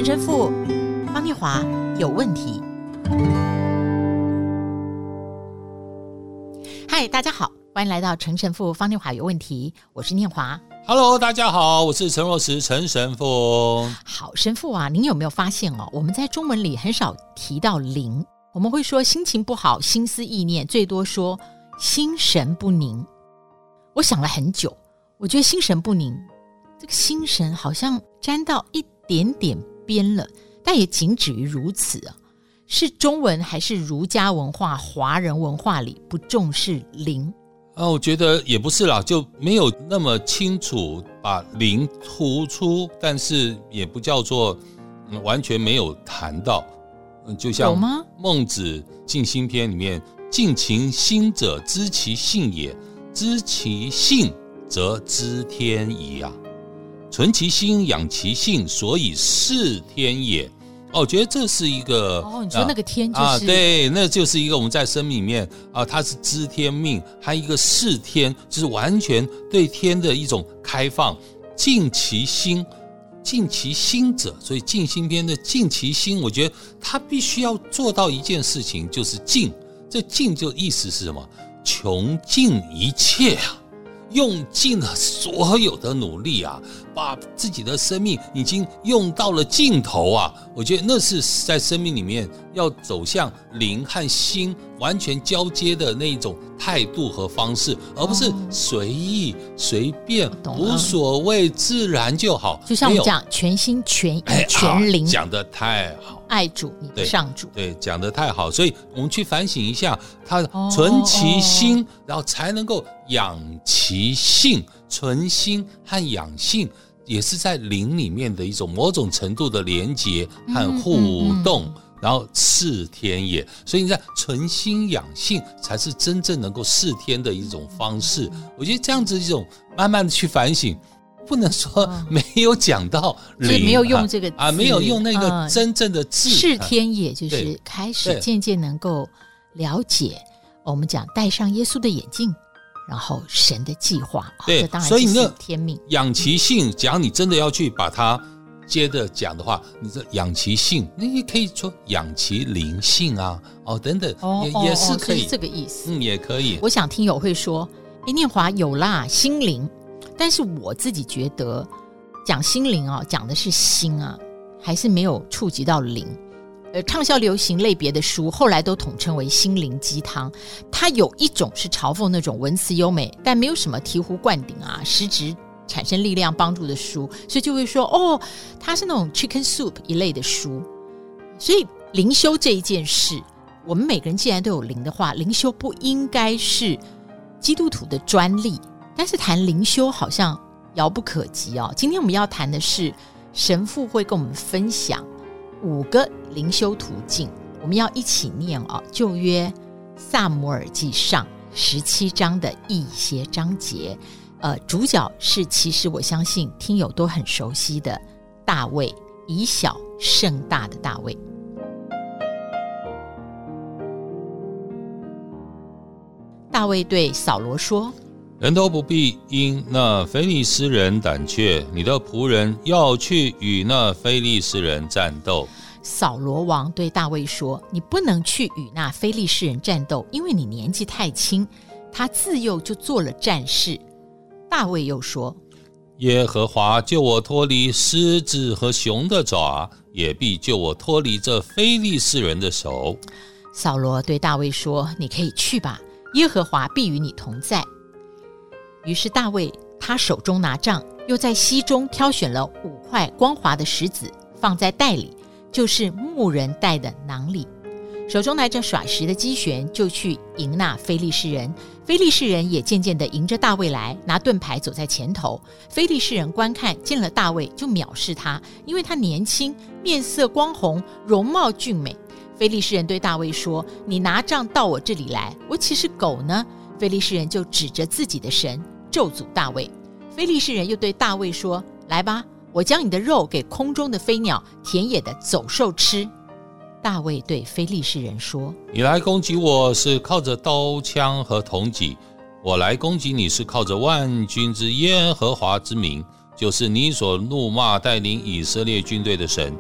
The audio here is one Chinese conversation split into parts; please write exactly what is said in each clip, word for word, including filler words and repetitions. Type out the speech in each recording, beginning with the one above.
陈神父方念华有问题。嗨，大家好，欢迎来到陈神父方念华有问题，我是念华。 Hello， 大家好，我是陈若石陈神父。 好，神父啊，您有没有发现哦？我们在中文里很少提到灵，我们会说心情不好、心思意念，最多说心神不宁。我想了很久，我觉得心神不宁，这个心神好像沾到一点点边了，但也仅止于如此啊。是中文还是儒家文化、华人文化里不重视灵？ 啊，我觉得也不是啦，就没有那么清楚把灵突出，但是也不叫做、嗯、完全没有谈到。嗯、就像孟子尽心篇里面，尽其心者知其性也，知其性则知天矣啊。存其心，养其性，所以事天也。哦，我觉得这是一个哦，你说那个天就是、 啊、对，那就是一个我们在生命里面啊，它是知天命，还有一个事天，就是完全对天的一种开放。尽其心，尽其心者，所以尽心篇的尽其心，我觉得他必须要做到一件事情，就是尽。这尽就意思是什么？穷尽一切啊。用尽了所有的努力啊，把自己的生命已经用到了尽头啊！我觉得那是在生命里面要走向灵和心完全交接的那种态度和方式，而不是随意随便无所谓，自然就好。 就像我们讲全心全意全灵， 讲得太好， 爱主你的上主， 对，讲得太好。所以我们去反省一下，他存其心、哦、然后才能够养其性。存心和养性也是在灵里面的一种某种程度的连结和互动、嗯嗯嗯、然后事天也。所以你在存心养性才是真正能够事天的一种方式。我觉得这样子一种慢慢的去反省，不能说没有讲到灵、 哦、没有用这个字啊，没有用那个真正的字、 嗯、事天也，就是开始渐渐能够了解我们讲戴上耶稣的眼镜，然后神的计划， 对， 哦、这当然就是天命。 养其性，假如你真的要去把它接着讲的话，你这养其性，你也可以说养其灵性啊，哦等等， 哦、 也, 也是可以， 是这个意思。 嗯，也可以。 我想听友会说，哎，念华有啦，心灵，但是我自己觉得讲心灵啊，讲的是心啊，还是没有触及到灵。呃，畅销流行类别的书后来都统称为心灵鸡汤，它有一种是嘲讽那种文词优美但没有什么醍醐灌顶啊实质产生力量帮助的书，所以就会说哦，它是那种 chicken soup 一类的书。所以灵修这一件事，我们每个人既然都有灵的话，灵修不应该是基督徒的专利，但是谈灵修好像遥不可及哦。今天我们要谈的是神父会跟我们分享五个灵修途径，我们要一起念哦。旧约撒母耳记上十七章的一些章节，呃，主角是其实我相信听友都很熟悉的大卫，以小胜大的大卫。大卫对扫罗说： 人都不必因那非利士人胆怯，你的仆人要去与那非利士人战斗。 扫罗王对大卫说：你不能去与那非利士人战斗，因为你年纪太轻，他自幼就做了战士。大卫又说： 耶和华救我脱离狮子和熊的爪，也必救我脱离这非利士人的手。 扫罗对大卫说：你可以去吧，耶和华必与你同在。于是大卫他手中拿杖，又在溪中挑选了五块光滑的石子，放在袋里，就是牧人带的囊里，手中拿着耍石的机旋，就去迎那非利士人。非利士人也渐渐地迎着大卫来，拿盾牌走在前头。非利士人观看见了大卫，就藐视他，因为他年轻，面色光红，容貌俊美。非利士人对大卫说：你拿杖到我这里来，我岂是狗呢？非利士人就指着自己的神咒诅大卫。非利士人又对大卫说：来吧，我将你的肉给空中的飞鸟、田野的走兽吃。大卫对非利士人说： 你来攻击我是靠着刀枪和铜戟，我来攻击你是靠着万军之耶和华之名，就是你所怒骂带领以色列军队的神。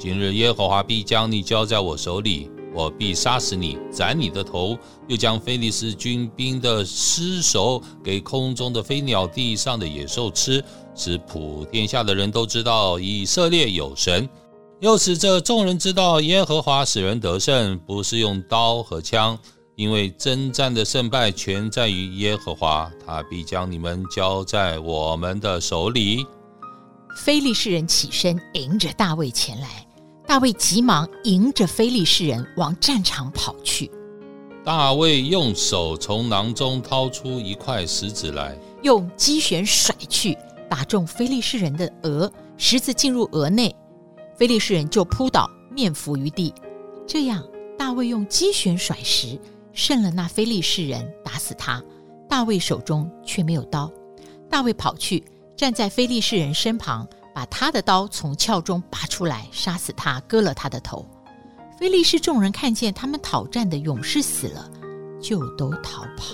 今日耶和华必将你交在我手里，我必杀死你，斩你的头，又将非利士军兵的尸首给空中的飞鸟，地上的野兽吃，使普天下的人都知道以色列有神。又使这众人知道耶和华使人得胜，不是用刀和枪，因为征战的胜败全在于耶和华，他必将你们交在我们的手里。 非利士人起身迎着大卫前来，大卫急忙迎着非利士人往战场跑去。 大卫用手从囊中掏出一块石子来， 用机旋甩去，打中非利士人的额，石子进入额内，非利士人就扑倒，面伏于地。这样大卫用机旋甩石，胜了那非利士人，打死他。大卫手中却没有刀。大卫跑去，站在非利士人身旁，把他的刀从鞘中拔出来，杀死他，割了他的头。非利士众人看见他们讨战的勇士死了，就都逃跑。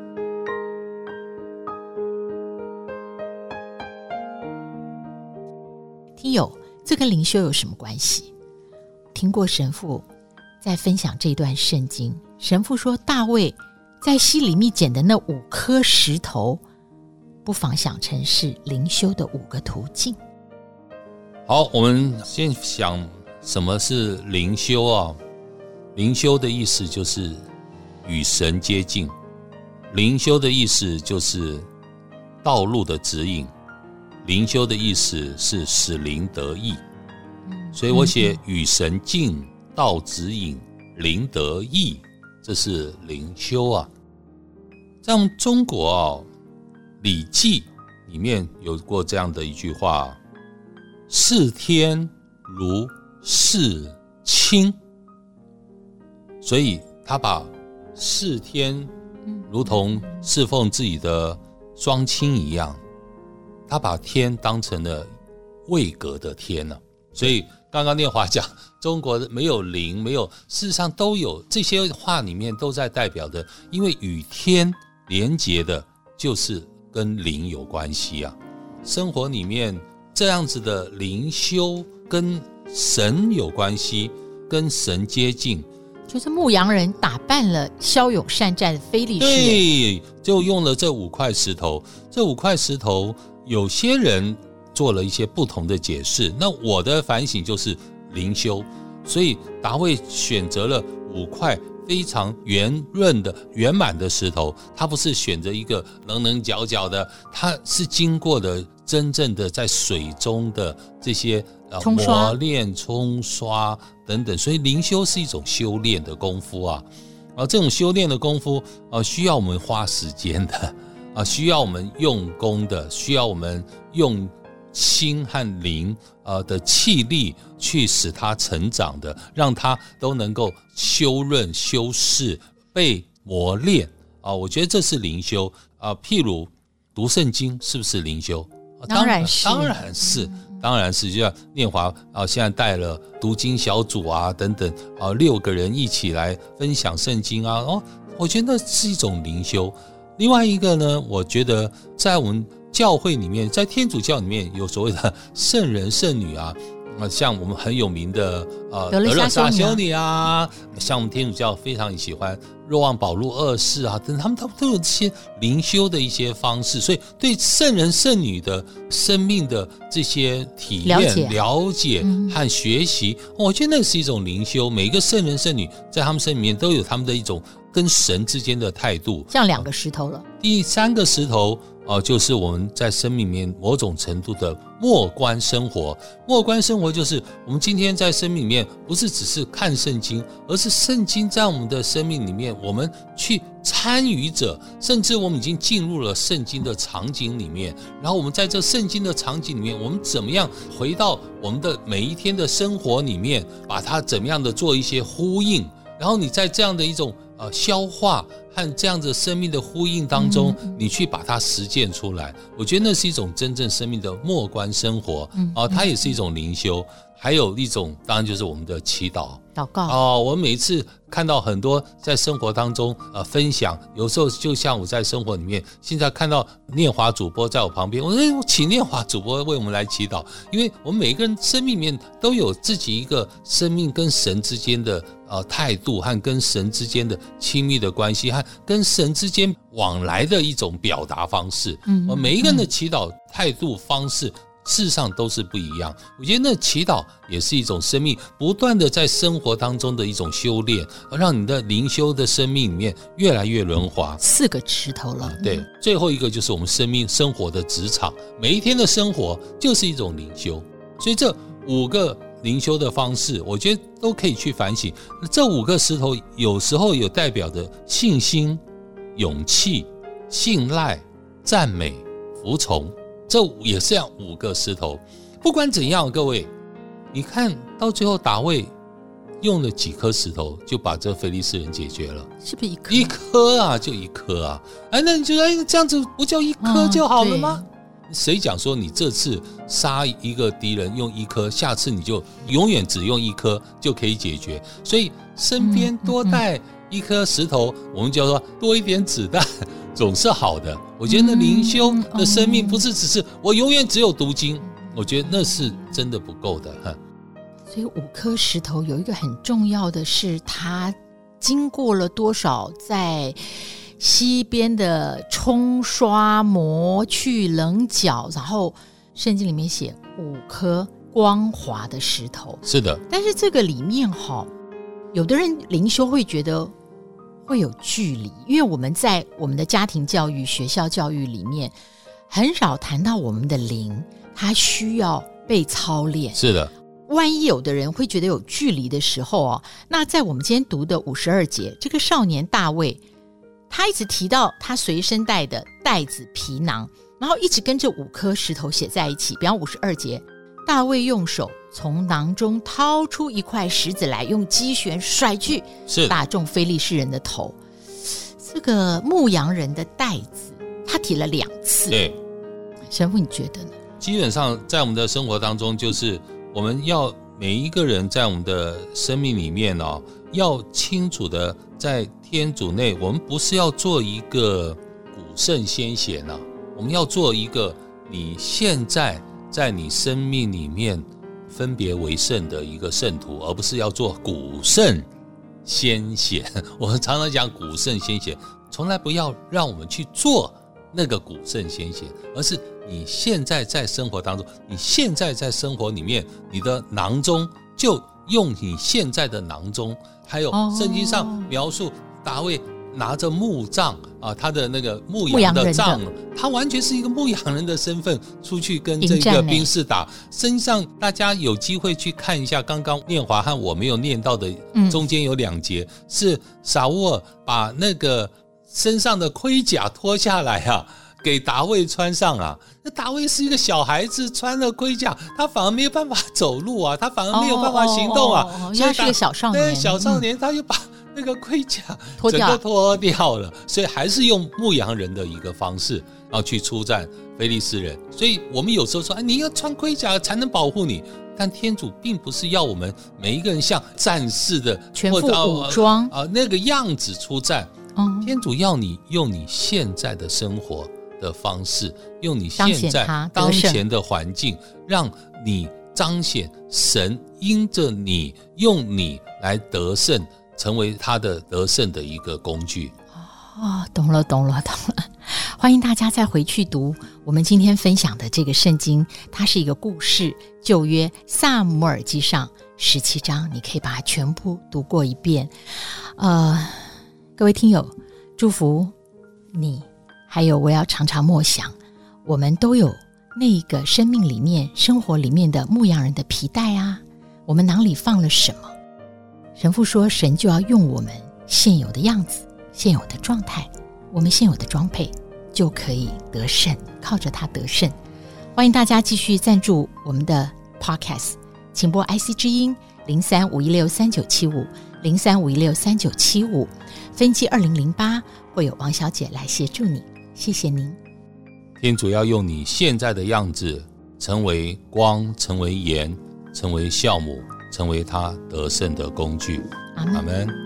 听友，这跟灵修有什么关系？听过神父在分享这段圣经，神父说大卫在希里密捡的那五颗石头，不妨想成是灵修的五个途径。 好，我们先想什么是灵修啊？灵修的意思就是与神接近，灵修的意思就是道路的指引，灵修的意思是使灵得益。所以我写与神近，道指引，灵得益，这是灵修啊。在我们中国啊，《礼记》里面有过这样的一句话：视天如视亲。所以他把视天如同侍奉自己的双亲一样，他把天当成了位格的天啊。所以刚刚念华讲中国没有灵，没有，事实上都有，这些话里面都在代表的，因为与天连结的就是跟灵有关系啊。生活里面这样子的灵修跟神有关系，跟神接近， 就是牧羊人打败了骁勇善战的非利士人， 对，就用了这五块石头。这五块石头有些人做了一些不同的解释，那我的反省就是灵修。所以达卫选择了五块非常圆润的圆满的石头，他不是选择一个棱棱角角的，他是经过的真正的在水中的这些冲刷磨练冲刷等等。所以灵修是一种修炼的功夫啊，啊这种修炼的功夫啊需要我们花时间的啊，需要我们用功的，需要我们用心和灵呃的气力去使它成长的，让它都能够修润修饰被磨练啊。我觉得这是灵修啊。譬如读圣经是不是灵修？ 当然是， 当然是，当然是。就像念华啊，现在带了读经小组啊等等啊，六个人一起来分享圣经啊，哦，我觉得那是一种灵修。另外一个呢，我觉得在我们教会里面，在天主教里面有所谓的圣人圣女啊，像我们很有名的呃德勒莎修女啊，像我们天主教非常喜欢若望保禄二世啊等等，他们都都有这些灵修的一些方式，所以对圣人圣女的生命的这些体验、 了解, 了解和学习、嗯，我觉得那是一种灵修。每一个圣人圣女在他们生命里面都有他们的一种跟神之间的态度， 像两个石头了。 第三个石头哦，就是我们在生命里面某种程度的默观生活。默观生活就是我们今天在生命里面不是只是看圣经，而是圣经在我们的生命里面，我们去参与者，甚至我们已经进入了圣经的场景里面，然后我们在这圣经的场景里面，我们怎么样回到我们的每一天的生活里面，把它怎么样的做一些呼应，然后你在这样的一种呃消化和这样子生命的呼应当中，嗯、你去把它实践出来，我觉得那是一种真正生命的默观生活，嗯啊，它也是一种灵修。还有一种当然就是我们的祈祷祷告哦，我每一次看到很多在生活当中呃分享，有时候就像我在生活里面，现在看到念华主播在我旁边，我说请念华主播为我们来祈祷，因为我们每个人生命里面都有自己一个生命跟神之间的呃态度和跟神之间的亲密的关系和跟神之间往来的一种表达方式，嗯，每一个人的祈祷态度方式事实上都是不一样。我觉得那祈祷也是一种生命不断的在生活当中的一种修炼，让你的灵修的生命里面越来越润滑。 四个石头了， 对，最后一个就是我们生命生活的职场，每一天的生活就是一种灵修。所以这五个灵修的方式，我觉得都可以去反省。这五个石头有时候有代表的信心、勇气、信赖、赞美、服从，这也是这样五个石头。不管怎样，各位你看到最后大卫用了几颗石头就把这非利士人解决了， 是不是一颗一颗啊，就一颗啊。哎，那你觉得哎这样子不就一颗就好了吗？嗯、谁讲说你这次杀一个敌人用一颗，下次你就永远只用一颗就可以解决？所以身边多带一颗石头，嗯嗯嗯我们叫做多一点子弹总是好的。我觉得那灵修的生命不是只是我永远只有读经，我觉得那是真的不够的。 所以五颗石头有一个很重要的是，它经过了多少在西边的冲刷磨去棱角，然后圣经里面写五颗光滑的石头。 是的， 但是这个里面有的人灵修会觉得会有距离，因为我们在我们的家庭教育、学校教育里面很少谈到我们的灵，它需要被操练。 是的， 万一有的人会觉得有距离的时候、哦、那在我们今天读的五十二节，这个少年大卫他一直提到他随身带的袋子皮囊，然后一直跟这五颗石头写在一起。比方五十二节，大卫用手从囊中掏出一块石子来，用击弦甩去，打中非利士人的头。这个牧羊人的袋子他提了两次。 对， 神父你觉得呢？ 基本上在我们的生活当中，就是我们要每一个人在我们的生命里面、哦、要清楚的在天主内，我们不是要做一个古圣先贤、啊、我们要做一个你现在在你生命里面分别为圣的一个圣徒，而不是要做古圣先贤。我们常常讲古圣先贤，从来不要让我们去做那个古圣先贤，而是你现在在生活当中，你现在在生活里面，你的囊中就用你现在的囊中。还有圣经上描述大卫拿着木杖啊，他的那个牧羊的杖，他完全是一个牧羊人的身份出去跟这个兵士打。身上大家有机会去看一下，刚刚念华和我没有念到的中间有两节、嗯、是撒乌尔把那个身上的盔甲脱下来啊，给大卫穿上啊。那大卫是一个小孩子，穿了盔甲他反而没有办法走路啊，他反而没有办法行动啊。哦哦哦哦， 所以他是个小少年， 对，小少年他就把那个盔甲整个脱掉了，所以还是用牧羊人的一个方式然后去出战非利士人。所以我们有时候说、啊、你要穿盔甲才能保护你，但天主并不是要我们每一个人像战士的全副武装、 啊、那个样子出战、嗯、天主要你用你现在的生活的方式，用你现在当前的环境，让你彰显神因着你用你来得胜，成为他的得胜的一个工具。 哦，懂了懂了懂了。欢迎大家再回去读我们今天分享的这个圣经，它是一个故事，旧约撒母耳记上十七章，你可以把它全部读过一遍。呃，各位听友，祝福你，还有我要常常默想，我们都有那个生命里面生活里面的牧羊人的皮带啊，我们囊里放了什么？神父说神就要用我们现有的样子，现有的状态，我们现有的装配就可以得胜，靠着它得胜。欢迎大家继续赞助我们的 Podcast， 请拨 I C 之音零三五一六三九七五零三五一六三九七五，分机二零零八会有王小姐来协助你。谢谢您。 天主要用你现在的样子，成为光，成为盐，成为酵母，成为他得胜的工具。 阿们。 阿们。